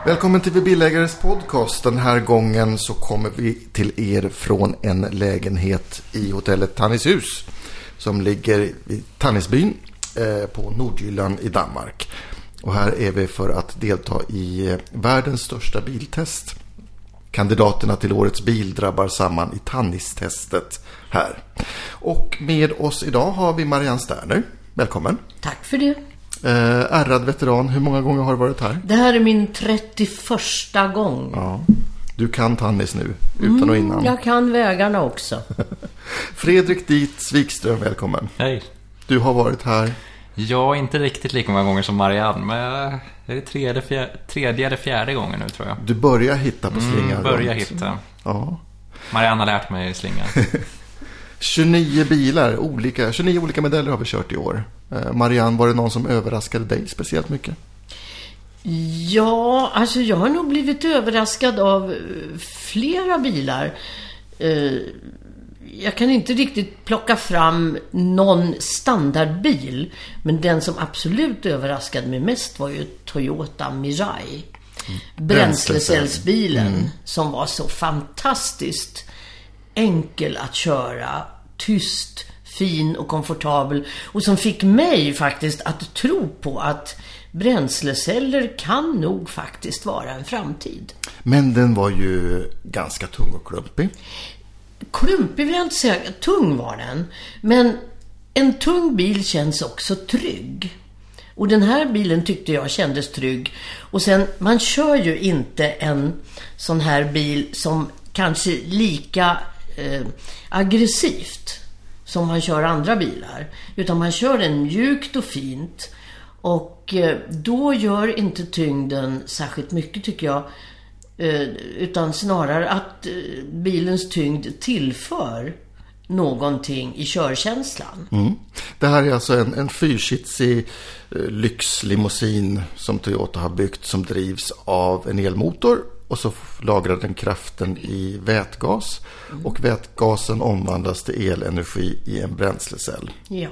Välkommen till Bilägares podcast. Den här gången så kommer vi till er från en lägenhet i hotellet Tannishus som ligger vid Tannisbyn på Nordjylland i Danmark. Och här är vi för att delta i världens största biltest. Kandidaterna till årets bil drabbar samman i Tannistestet här. Och med oss idag har vi Marianne Sterner. Välkommen. Tack för det. Ärrad veteran, hur många gånger har du varit här? Det här är min 31:a gång. Ja, du kan Tannis nu, utan och innan. Jag kan vägarna också. Fredrik Dietz Wikström, välkommen. Hej. Du har varit här. Ja, inte riktigt lika många gånger som Marianne, men det är tredje eller fjärde gången nu, tror jag. Du börjar hitta på slingan. Börjar hitta. Ja. Marianne har lärt mig slingan. 29 bilar, 29 olika modeller har vi kört i år. Marianne, var det någon som överraskade dig speciellt mycket? Ja, alltså jag har nog blivit överraskad av flera bilar. Jag kan inte riktigt plocka fram någon standardbil, men den som absolut överraskade mig mest var ju Toyota Mirai. Bränslecellsbilen som var så fantastiskt enkel att köra, tyst, fin och komfortabel, och som fick mig faktiskt att tro på att bränsleceller kan nog faktiskt vara en framtid. Men den var ju ganska tung och klumpig. Klumpig vill jag inte säga, tung var den. Men en tung bil känns också trygg. Och den här bilen tyckte jag kändes trygg. Och sen, man kör ju inte en sån här bil som kanske lika aggressivt som man kör andra bilar. Utan man kör den mjukt och fint. Och då gör inte tyngden särskilt mycket, tycker jag. Utan snarare att bilens tyngd tillför någonting i körkänslan. Det här är alltså en fyrsitsig lyxlimousin som Toyota har byggt, som drivs av en elmotor, och så lagrar den kraften i vätgas, och vätgasen omvandlas till elenergi i en bränslecell. Ja.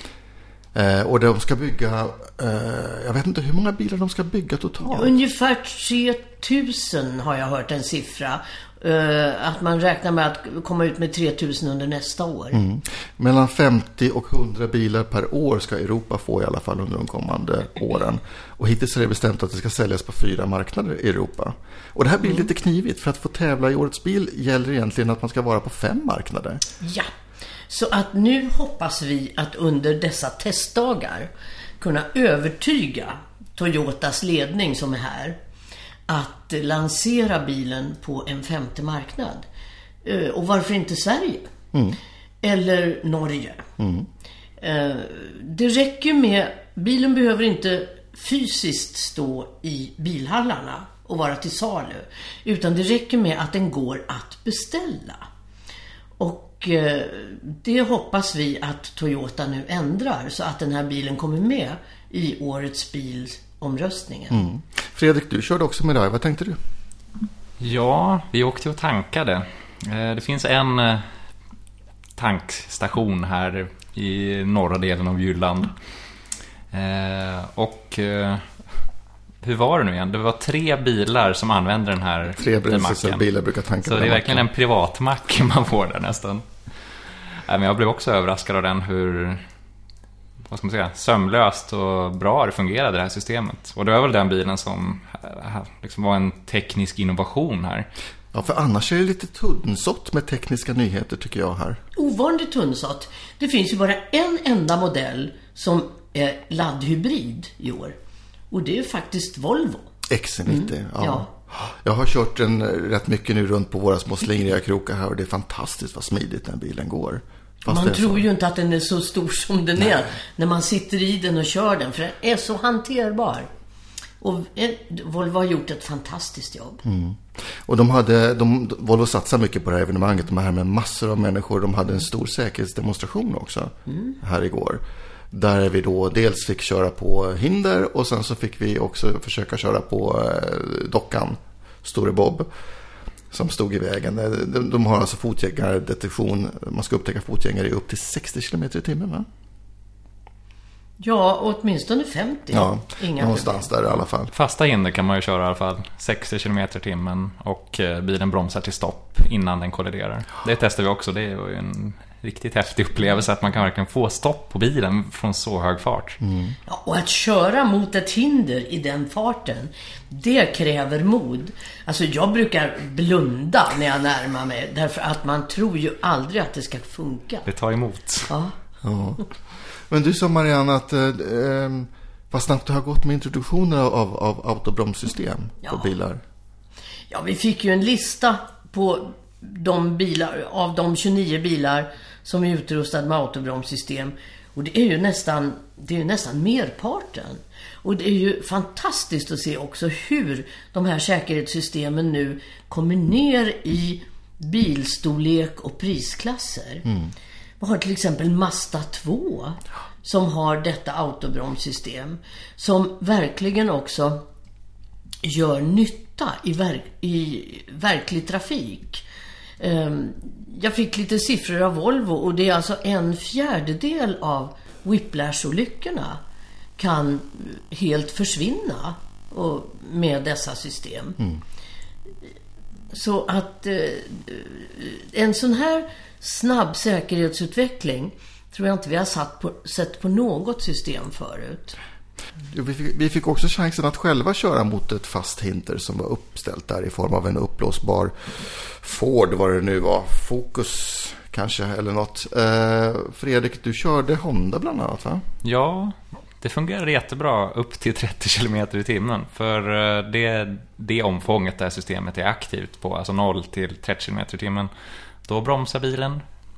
Och de ska bygga, jag vet inte hur många bilar de ska bygga totalt. Ungefär 3000 har jag hört en siffra. Att man räknar med att komma ut med 3000 under nästa år. Mellan 50 och 100 bilar per år ska Europa få i alla fall under de kommande åren. Och hittills är det bestämt att det ska säljas på 4 marknader i Europa. Och det här blir lite knivigt, för att få tävla i årets bil gäller egentligen att man ska vara på 5 marknader. Ja, så att nu hoppas vi att under dessa testdagar kunna övertyga Toyotas ledning som är här att lansera bilen på en 5:e marknad. Och varför inte Sverige? Eller Norge? Det räcker med, bilen behöver inte fysiskt stå i bilhallarna och vara till salu, utan det räcker med att den går att beställa. Och det hoppas vi att Toyota nu ändrar, så att den här bilen kommer med i årets bilomröstningen. Fredrik, du körde också med det. Vad tänkte du? Ja, vi åkte och tankade. Det finns en tankstation här i norra delen av Jylland. Och hur var det nu igen? Det var 3 bilar som använder den här 3 bränslecellbilar brukar tanka. Så det är verkligen en privatmack man får där nästan. Men jag blev också överraskad av den, hur, vad ska man säga, sömlöst och bra det fungerade, det här systemet. Och det var väl den bilen som liksom var en teknisk innovation här. Ja, för annars är det lite tunnsått med tekniska nyheter, tycker jag här. Ovanligt tunnsått. Det finns ju bara en enda modell som är laddhybrid i år. Och det är faktiskt Volvo. XC90, ja. Jag har kört den rätt mycket nu runt på våra små slingriga krokar här, och det är fantastiskt vad smidigt den bilen går. Man tror ju inte att den är så stor som den är när man sitter i den och kör den, för den är så hanterbar. Och Volvo har gjort ett fantastiskt jobb. Och Volvo satsar mycket på det här evenemanget. De här med massor av människor. De hade en stor säkerhetsdemonstration också här igår. Där vi då dels fick köra på hinder, och sen så fick vi också försöka köra på dockan, Store Bob, som stod i vägen. De har alltså fotgängardetektion. Man ska upptäcka fotgängare upp till 60 km i timmen, va? Ja, åtminstone 50. Ja, Inga någonstans problem. där i alla fall. Fasta hinder kan man ju köra i alla fall 60 km/h och bilen bromsar till stopp innan den kolliderar. Det testar vi också. Det är ju en riktigt häftig upplevelse att man kan verkligen få stopp på bilen från så hög fart. Ja, och att köra mot ett hinder i den farten, det kräver mod. Alltså jag brukar blunda när jag närmar mig, därför att man tror ju aldrig att det ska funka. Det tar emot. Ja. Ja. Men du sa, Marianne, att vad snabbt det har gått med introduktionen av autobromssystem på bilar. Ja, vi fick ju en lista på de bilar, av de 29 bilar som är utrustade med autobromssystem. Och det är ju nästan merparten. Och det är ju fantastiskt att se också hur de här säkerhetssystemen nu kommer ner i bilstorlek och prisklasser. Vi har till exempel Mazda 2 som har detta autobromssystem, som verkligen också gör nytta i verklig trafik. Jag fick lite siffror av Volvo, och det är alltså 1/4 av whiplash-olyckorna kan helt försvinna med dessa system. Så att en sån här snabb säkerhetsutveckling tror jag inte vi har sett på något system förut. Vi fick också chansen att själva köra mot ett fast hinder som var uppställt där i form av en uppblåsbar Ford, vad det nu var, Focus kanske eller något. Fredrik, du körde Honda bland annat, va? Ja, det fungerar jättebra upp till 30 km/h. För det omfånget där systemet är aktivt på, alltså 0 till 30 km/h, då bromsar bilen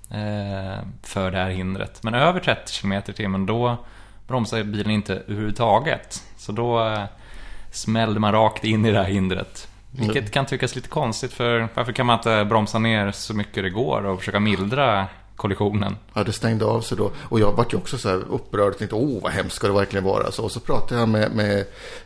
för det här hindret. Men över 30 km/h då bromsar bilen inte överhuvudtaget. Så då smällde man rakt in i det här hindret. Vilket kan tyckas lite konstigt, för varför kan man inte bromsa ner så mycket det går och försöka mildra kollisionen? Ja, det stängde av sig då. Och jag var ju också så här upprörd och tänkte, vad hemskt ska det verkligen vara. Och så pratade jag med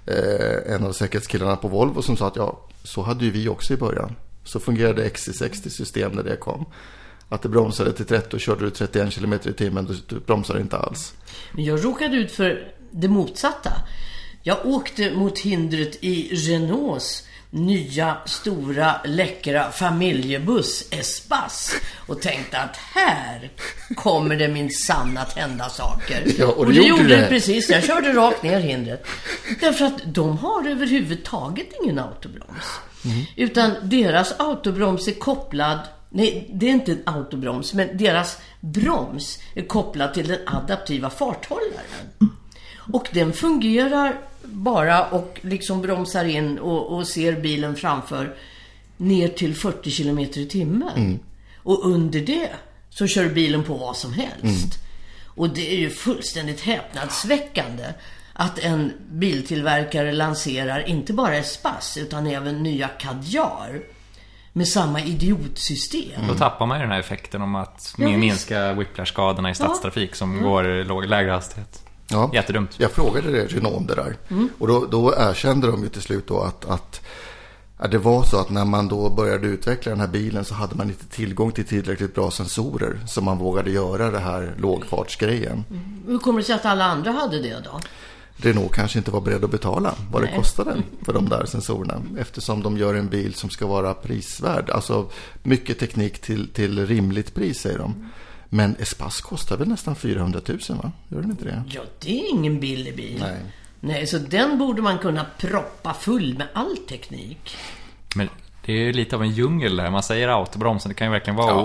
en av säkerhetskillarna på Volvo som sa att så hade ju vi också i början. Så fungerade XC60-system när det kom. Att det bromsade till 30 och körde du 31 km/h, du bromsade inte alls. Men jag råkade ut för det motsatta. Jag åkte mot hindret i Renaults nya, stora, läckra familjebuss Espace och tänkte att här kommer det minsann att hända saker. Ja, och det gjorde det precis. Jag körde rakt ner hindret. Därför att de har överhuvudtaget ingen autobroms. Utan deras autobroms är kopplad. Nej, det är inte en autobroms, men deras broms är kopplad till den adaptiva farthållaren. Och den fungerar bara och liksom bromsar in och ser bilen framför ner till 40 km/h. Och under det så kör bilen på vad som helst. Och det är ju fullständigt häpnadsväckande att en biltillverkare lanserar inte bara Espace utan även nya Kadjar med samma idiotsystem. Då tappar man ju den här effekten om att minska whiplash-skadorna i stadstrafik som går lägre hastighet. Ja, jättedumt. Jag frågade det Renault det där. Och då erkände de ju till slut då att det var så att när man då började utveckla den här bilen så hade man inte tillgång till tillräckligt bra sensorer så man vågade göra det här lågfartsgrejen. Hur kommer det sig att alla andra hade det då? Renault kanske inte var beredd att betala vad det kostade för de där sensorerna, eftersom de gör en bil som ska vara prisvärd. Alltså mycket teknik till rimligt pris, säger de. Men Espace kostar väl nästan 400 000, va? Gör den inte det? Ja, det är ingen billig bil. Nej. Nej, så den borde man kunna proppa full med all teknik. Men det är ju lite av en djungel där. Man säger autobromsen, det kan ju verkligen vara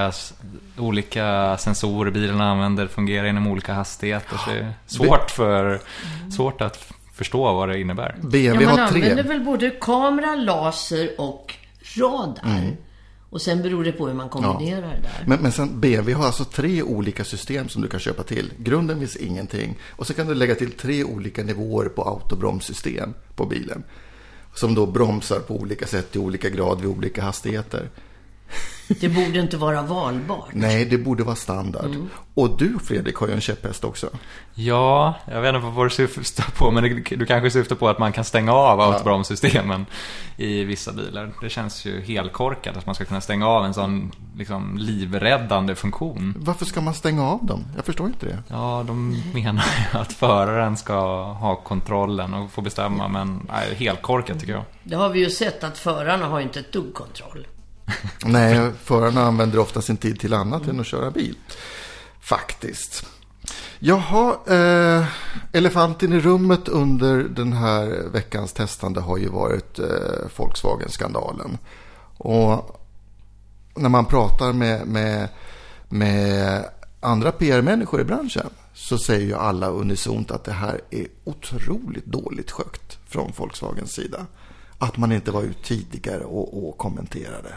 olika sensorer bilen använder, fungerar inom olika hastigheter. Så det är svårt att förstå vad det innebär. BMW man har 3. använder väl både kamera, laser och radar. Och sen beror det på hur man kombinerar där. Men sen BMW har alltså 3 olika system som du kan köpa till. Grunden finns ingenting. Och så kan du lägga till 3 olika nivåer på autobromssystem på bilen. Som då bromsar på olika sätt i olika grad vid olika hastigheter. Det borde inte vara valbart. Nej, det borde vara standard. Och du, Fredrik, har ju en käpphäst också. Ja, jag vet inte vad du syftar på, men du kanske syftar på att man kan stänga av autobromssystemen i vissa bilar. Det känns ju helt korkat att man ska kunna stänga av en sån liksom livräddande funktion. Varför ska man stänga av dem? Jag förstår inte det. Ja, de menar ju att föraren ska ha kontrollen och få bestämma, men nej, helt korkat tycker jag. Det har vi ju sett att förarna har inte ett dugg kontroll. Nej, förarna använder ofta sin tid till annat än att köra bil. Faktiskt. Jaha, elefanten i rummet under den här veckans testande har ju varit Volkswagen-skandalen. Och när man pratar med andra PR-människor i branschen så säger ju alla unisont att det här är otroligt dåligt skött från Volkswagens sida. Att man inte var ut tidigare och kommenterade.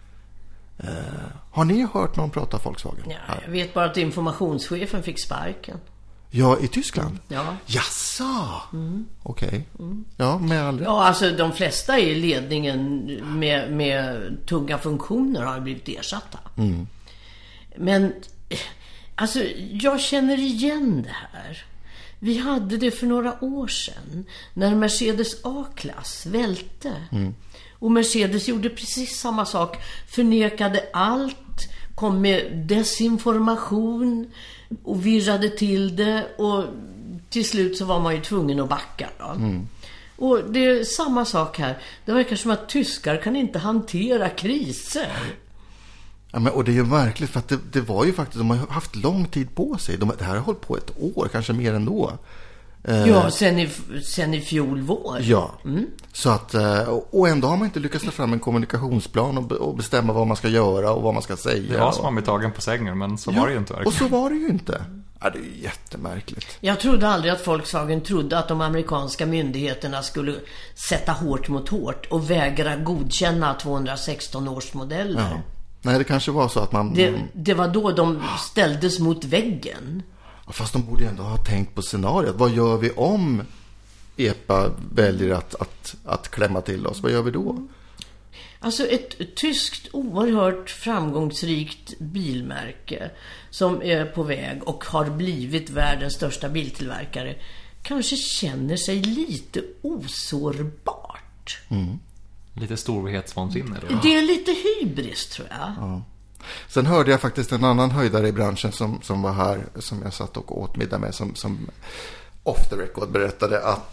Har ni hört någon prata Volkswagen? Ja, jag vet bara att informationschefen fick sparken. Ja, i Tyskland? Ja. Jaså? Okej. Ja, med all rätt. Ja, alltså de flesta i ledningen med tunga funktioner har blivit ersatta. Men alltså, jag känner igen det här. Vi hade det för några år sedan när Mercedes A-klass välte. Och Mercedes gjorde precis samma sak. Förnekade allt, kom med desinformation och virrade till det. Och till slut så var man ju tvungen att backa då. Och det är samma sak här. Det verkar som att tyskar kan inte hantera kriser. Ja, men, och det är ju verkligt för att det var ju faktiskt, de har haft lång tid på sig. Det här har hållit på ett år, kanske mer än då. Ja, sen i fjol vår. Ja, så att, och ändå har man inte lyckats ta fram en kommunikationsplan och bestämma vad man ska göra och vad man ska säga. Det var som man blev tagen på sängen, men så var det ju inte verkligen. Och så var det ju inte. Ja, det är ju jättemärkligt. Jag trodde aldrig att Volkswagen trodde att de amerikanska myndigheterna skulle sätta hårt mot hårt och vägra godkänna 216 års modeller. Ja. Nej, det kanske var så att man... Det var då de ställdes mot väggen. Fast de borde ändå ha tänkt på scenariot. Vad gör vi om EPA väljer att klämma till oss? Vad gör vi då? Alltså ett tyskt oerhört framgångsrikt bilmärke som är på väg och har blivit världens största biltillverkare kanske känner sig lite osårbart. Lite storhetsvansinne då. Det är lite hybris, tror jag. Ja. Sen hörde jag faktiskt en annan höjdare i branschen som var här, som jag satt och åt middag med, som off the record berättade att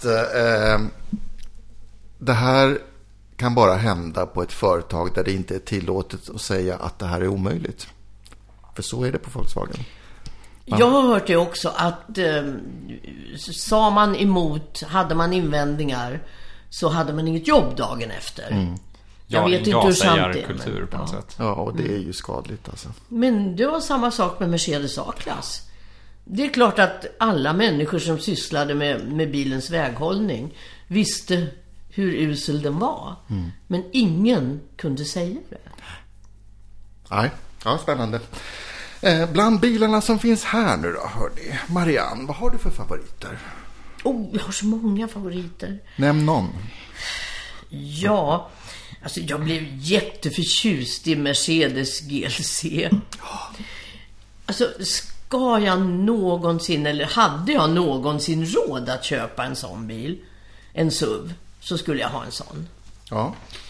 det här kan bara hända på ett företag där det inte är tillåtet att säga att det här är omöjligt. För så är det på Volkswagen. Ja. Jag har hört det också att sa man emot, hade man invändningar, så hade man inget jobb dagen efter. Jag vet inte hur sant det är. Kultur på något sätt. Ja, och det är ju skadligt alltså. Men det var samma sak med Mercedes A-klass. Det är klart att alla människor som sysslade med bilens väghållning visste hur usel den var. Men ingen kunde säga det. Nej, ja, spännande. Bland bilarna som finns här nu då, hörni. Marianne, vad har du för favoriter? Jag har så många favoriter. Nämn någon. Ja, alltså jag blev jätteförtjust i Mercedes GLC. Alltså, ska jag någonsin, eller hade jag någonsin råd att köpa en sån bil, en SUV, så skulle jag ha en sån. Ja.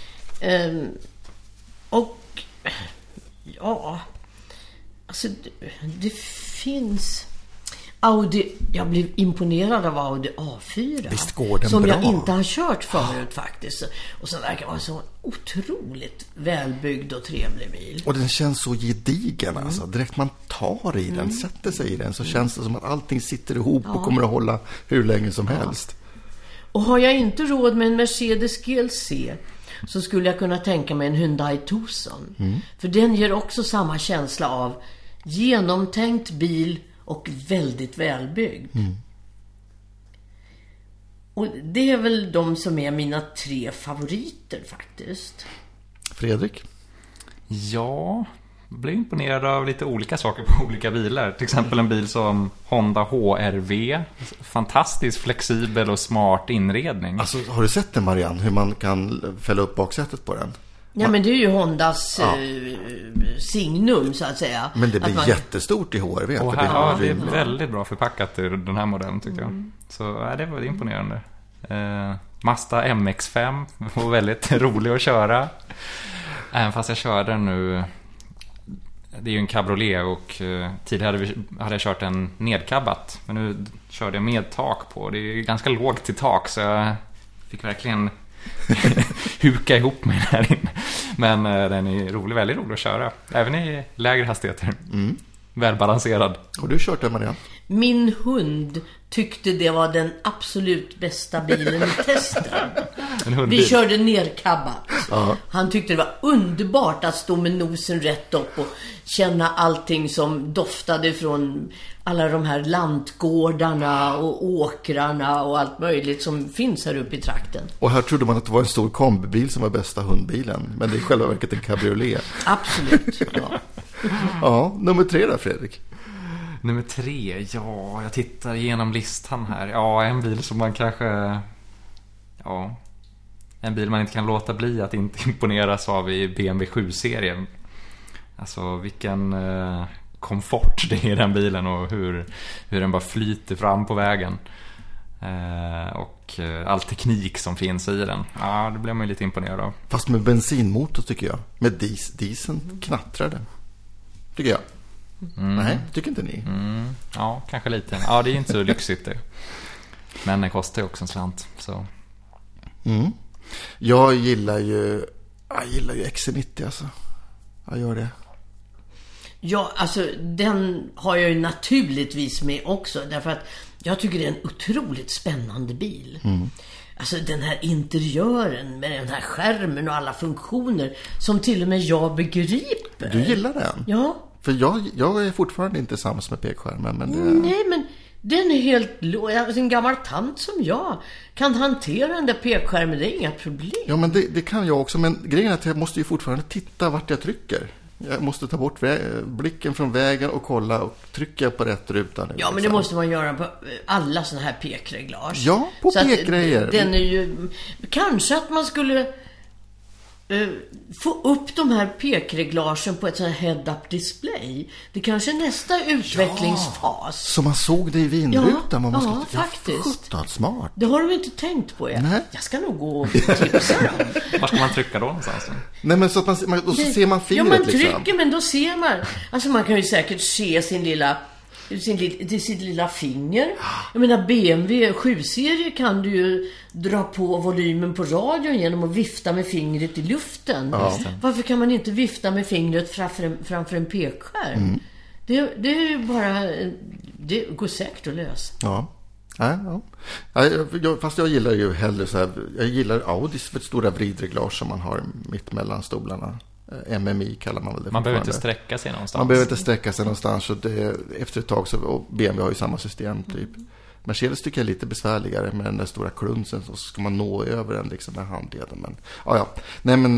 Och ja, alltså det finns Audi. Jag blev imponerad av Audi A4. Visst går den som bra. Jag inte har kört förut faktiskt. Och som verkar vara så otroligt välbyggd och trevlig bil. Och den känns så gedigen alltså. Direkt man tar i den, sätter sig i den, så känns det som att allting sitter ihop och kommer att hålla hur länge som helst. Och har jag inte råd med en Mercedes GLC, så skulle jag kunna tänka mig en Hyundai Tucson. För den ger också samma känsla av genomtänkt bil och väldigt välbyggd. Och det är väl de som är mina 3 favoriter faktiskt. Fredrik? Ja, jag blev imponerad av lite olika saker på olika bilar. Till exempel en bil som Honda HR-V. Fantastiskt flexibel och smart inredning. Alltså, har du sett den, Marianne? Hur man kan fälla upp baksätet på den? Ja, men det är ju Hondas signum så att säga. Men det blir jättestort i HRV. Och här, det är väldigt bra förpackat i den här modellen tycker jag. Så det var imponerande. Mazda MX-5 var väldigt rolig att köra. Även fast jag körde den nu. Det är ju en cabriolet och tidigare hade jag kört en nedkabbat. Men nu körde jag med tak på. Det är ju ganska lågt till tak så jag fick verkligen huka ihop mig där inne. Men den är rolig, väldigt rolig att köra. Även i lägre hastigheter. Välbalanserad. Har du kört den, Marianne? Min hund tyckte det var den absolut bästa bilen i testen. Vi körde nerkabbat. Han tyckte det var underbart att stå med nosen rätt upp och känna allting som doftade från alla de här lantgårdarna och åkrarna och allt möjligt som finns här uppe i trakten. Och här trodde man att det var en stor kombibil som var bästa hundbilen. Men det är i själva verket en cabriolet. Absolut, ja. Ja, nummer 3 då, Fredrik. Nummer 3, ja, jag tittar igenom listan här. Ja, en bil som man kanske... Ja, en bil man inte kan låta bli att inte imponeras av i BMW 7-serien. Alltså vilken komfort det är i den bilen och hur den bara flyter fram på vägen. Och all teknik som finns i den. Ja, det blir man ju lite imponerad av. Fast med bensinmotor tycker jag. Med dieseln knattrade. Tycker jag. Nej, tycker inte ni? Ja, kanske lite. Ja, det är inte så lyxigt det. Men den kostar ju också en slant. Så. Jag gillar ju XC90 alltså. Jag gör det. Ja, alltså den har jag ju naturligtvis med också. Därför att jag tycker det är en otroligt spännande bil. Alltså den här interiören med den här skärmen och alla funktioner som till och med jag begriper. Du gillar den? Ja. För jag är fortfarande inte sams med pekskärmen. Men Nej, men den är helt... En gammal tant som jag kan hantera den där pekskärmen, det är inga problem. Ja, men det kan jag också. Men grejen är att jag måste ju fortfarande titta vart jag trycker. Jag måste ta bort blicken från vägen och kolla och trycka på rätt ruta. Ja, men det måste man göra på alla såna här pekreglage. Ja, på pekgrejer. Den är ju... Kanske att man skulle... få upp de här pekreglagen på ett sån här head-up display. Det kanske är nästa utvecklingsfas. Så man såg det i vinrutan. Man måste, ja, faktiskt. Smart. Det har de inte tänkt på. Nej. Jag ska nog gå och tipsa dem. Var ska man trycka då någonstans? Nej, men så att och så ser man fingret. Ja, man trycker liksom. Men då ser man. Alltså man kan ju säkert se sitt lilla finger. Jag menar BMW 7-serie kan du ju dra på volymen på radion genom att vifta med fingret i luften. Ja. Varför kan man inte vifta med fingret framför en pekskärm? Det är ju bara... Det går säkert att lösa. Ja. Fast jag gillar ju hellre så här. Jag gillar Audis för stora vridreglage som man har mitt mellan stolarna. MMI kallar man väl det. Man behöver inte sträcka sig någonstans. Man behöver inte sträcka sig någonstans. Och efter ett tag så... Och BMW har ju samma system typ. Mercedes tycker jag är lite besvärligare med den där stora klunsen. Så ska man nå över den liksom med handleden. Men ja. Nej, men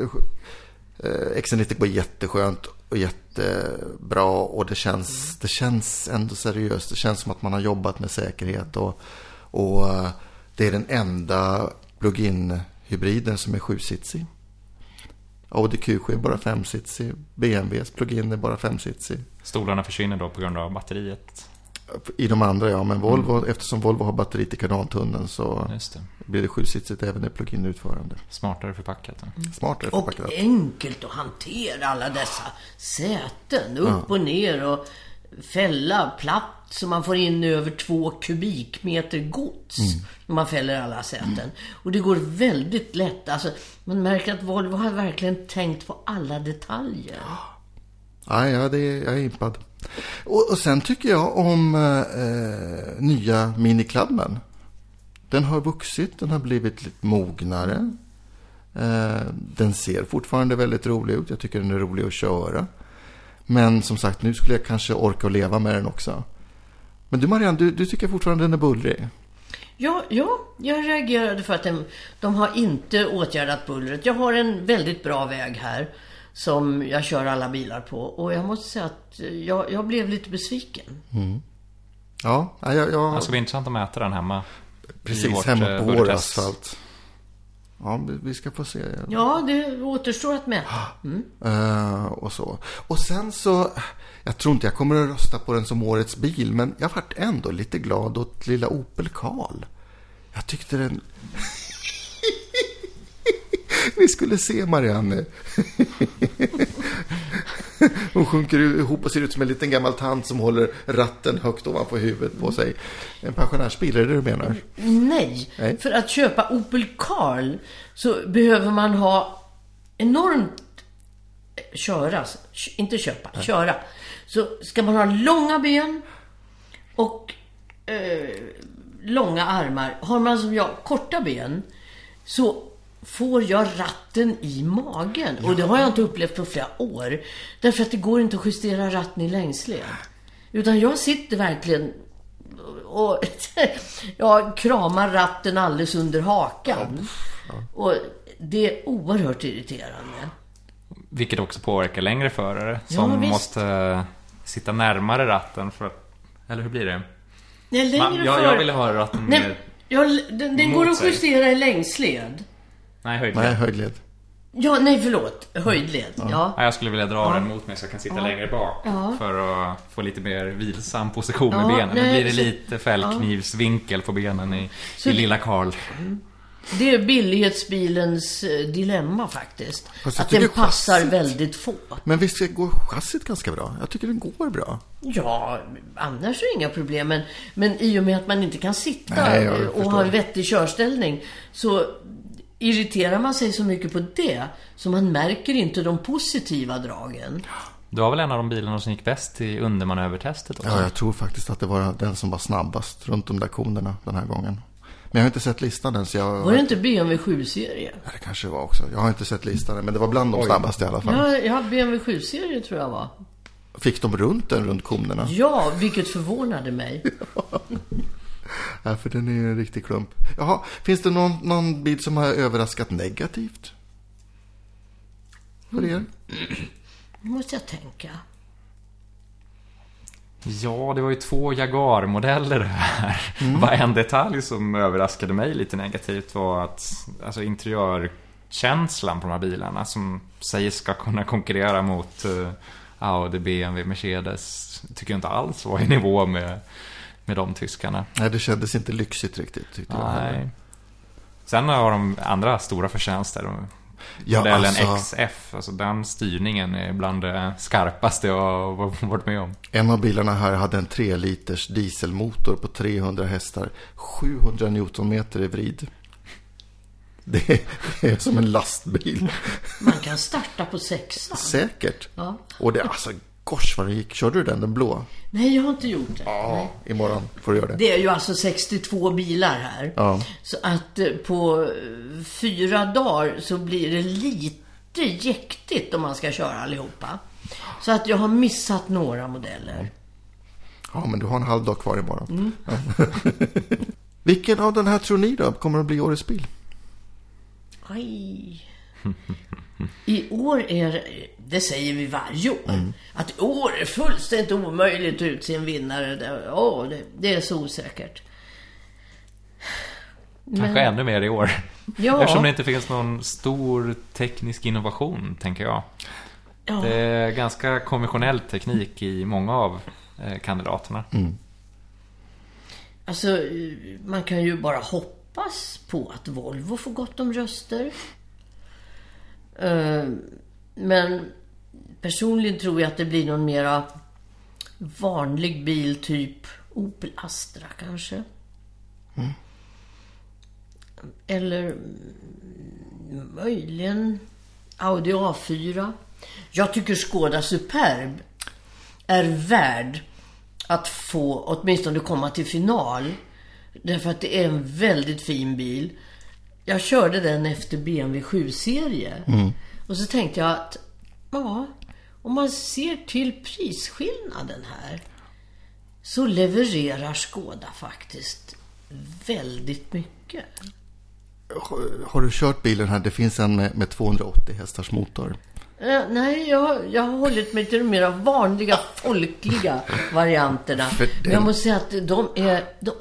XC90 går jätteskönt och jättebra. Och det känns ändå seriöst. Det känns som att man har jobbat med säkerhet. Och det är den enda plug-in-hybriden som är 7-sitsig. Audi Q7 är bara 5-sitsig. BMWs plug-in är bara 5-sitsig. Stolarna försvinner då på grund av batteriet? I de andra, ja. Men Volvo, eftersom Volvo har batteriet i kardantunneln så blir det 7-sitsigt även i plug-in-utförande. Smartare förpackat. Smartare förpackat. Och enkelt att hantera alla dessa säten. Upp och ner och fälla platt så man får in över 2 kubikmeter gods när man fäller alla säten. Och det går väldigt lätt. Alltså, man märker att Volvo har verkligen tänkt på alla detaljer. Ja, jag är impad. Och sen tycker jag om nya Mini Clubman. Den har vuxit, den har blivit lite mognare. Den ser fortfarande väldigt rolig ut. Jag tycker den är rolig att köra. Men som sagt, nu skulle jag kanske orka att leva med den också. Men du Marianne, du tycker fortfarande den är bullrig? Ja, jag reagerade för att de har inte åtgärdat bullret. Jag har en väldigt bra väg här som jag kör alla bilar på. Och jag måste säga att jag blev lite besviken. Ja, det ska bli intressant att mäta den hemma. Precis, hemma på vår asfalt. Ja, vi ska få se. Ja, det återstår att mäta. Och så. Och sen så, jag tror inte jag kommer att rösta på den som årets bil, men jag varit ändå lite glad åt lilla Opel Karl. Jag tyckte den... Vi skulle se Marianne. Hon sjunker ihop och ser ut som en liten gammal tant som håller ratten högt ovanför huvudet på sig. En pensionärsbil, är det du menar? Nej, för att köpa Opel Karl så behöver man ha enormt köra. Så ska man ha långa ben och långa armar. Har man som jag korta ben så får jag ratten i magen. Och det har jag inte upplevt på flera år. Därför att det går inte att justera ratten i längsled. Utan jag sitter verkligen och jag kramar ratten alldeles under hakan. Och det är oerhört irriterande. Vilket också påverkar längre förare som måste sitta närmare ratten för att, eller hur blir det? Jag ville ha ratten mer. Den går att justera i längsled. Nej, höjdled. Ja, nej, förlåt. Höjdled, ja. Jag skulle vilja dra den mot mig så jag kan sitta längre bak för att få lite mer vilsam position med benen. Nu blir det lite fällknivsvinkel på benen i lilla Karl. Det är billighetsbilens dilemma faktiskt. Att den passar väldigt få. Men visst går chassit ganska bra? Jag tycker den går bra. Ja, annars är det inga problem. Men i och med att man inte kan sitta och ha en vettig körställning så irriterar man sig så mycket på det så man märker inte de positiva dragen. Du var väl en av de bilarna som gick bäst i undermanövertestet också? Ja, jag tror faktiskt att det var den som var snabbast runt de där konerna den här gången. Men jag har inte sett listan än. Var det inte BMW 7-serie? Ja, det kanske var också. Jag har inte sett listan men det var bland de snabbaste i alla fall. Ja, BMW 7-serie tror jag var. Fick de runt konerna? Ja, vilket förvånade mig. Ja, för den är ju en riktig klump. Jaha, finns det någon bil som har överraskat negativt? För er? Nu måste jag tänka. Ja, det var ju 2 Jaguar-modeller här. Bara en detalj som överraskade mig lite negativt var att interiörkänslan på de här bilarna som sägs ska kunna konkurrera mot Audi, BMW, Mercedes tycker jag inte alls var i nivå med de tyskarna. Nej, det kändes inte lyxigt riktigt tyckte jag. Sen har de andra stora förtjänster. Modellen XF, alltså den styrningen är bland det skarpaste jag har varit med om. En av bilarna här hade en 3 liters dieselmotor på 300 hästar, 700 newtonmeter i vrid. Det är som en lastbil. Man kan starta på 6. Säkert. Ja. Och det gosh vad det gick. Körde du den blå? Nej, jag har inte gjort det. Ja, imorgon får du göra det. Det är ju 62 bilar här. Ja. Så att på 4 dagar så blir det lite jäktigt om man ska köra allihopa. Så att jag har missat några modeller. Ja, men du har en halv dag kvar imorgon. Ja. Vilken av den här tror ni då kommer att bli årets bil? Aj. I år det säger vi varje år, att i år är fullständigt omöjligt att utse en vinnare. Det är så osäkert. Kanske ännu mer i år. Ja. Eftersom det inte finns någon stor teknisk innovation, tänker jag. Ja. Det är ganska konventionell teknik i många av kandidaterna. Alltså, man kan ju bara hoppas på att Volvo får gott om röster. Men personligen tror jag att det blir någon mera vanlig bil, typ Opel Astra kanske. Eller möjligen Audi A4. Jag tycker Skoda Superb är värd att få åtminstone komma till final. Därför att det är en väldigt fin bil. Jag körde den efter BMW 7-serie. Och så tänkte jag att om man ser till prisskillnaden här så levererar Skoda faktiskt väldigt mycket. Har du kört bilen här? Det finns en med 280 hästars motor. Nej, jag har hållit mig till de mer vanliga, folkliga varianterna. Men jag måste säga att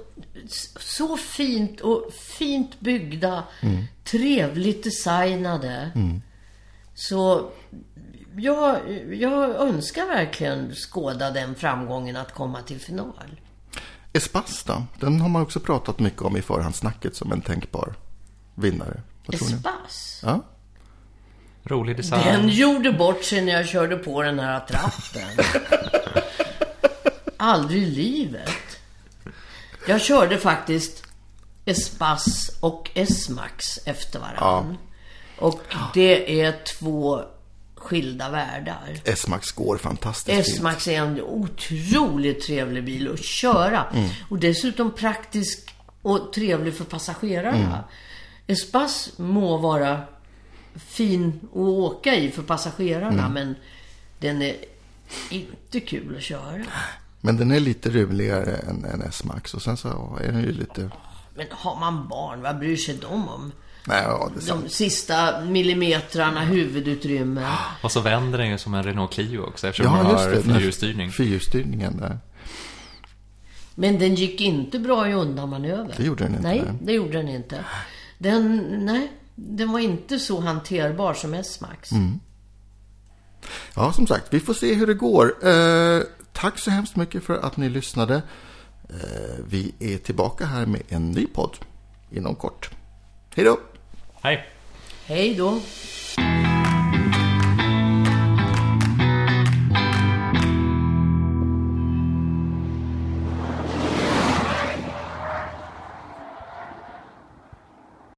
så fint och fint byggda, trevligt designade. Så jag önskar verkligen skåda den framgången att komma till final. Espace då? Den har man också pratat mycket om i förhandssnacket som en tänkbar vinnare. Espace? Ja. Rolig design. Den gjorde bort sig när jag körde på den här trappen. Aldrig i livet. Jag körde faktiskt Espace och S-Max efter varann. Och det är 2 skilda världar. S-Max går fantastiskt. S-Max är en otroligt trevlig bil att köra. Och dessutom praktisk och trevlig för passagerarna. Espace må vara fin att åka i för passagerarna, men den är inte kul att köra. Men den är lite roligare än S-Max. Och sen så är den ju lite... Men har man barn, vad bryr sig de om? Nej, ja, det är sant. De sista millimetrarna huvudutrymme. Och så vänder den ju som en Renault Clio också, eftersom man har fyrhjulsstyrning. Fyrhjulsstyrningen där. Men den gick inte bra i undanmanöver. Det gjorde den inte. Nej, det gjorde den inte. Den var inte så hanterbar som S-Max. Ja, som sagt, vi får se hur det går. Tack så hemskt mycket för att ni lyssnade. Vi är tillbaka här med en ny podd inom kort. Hej då! Hej! Hej då!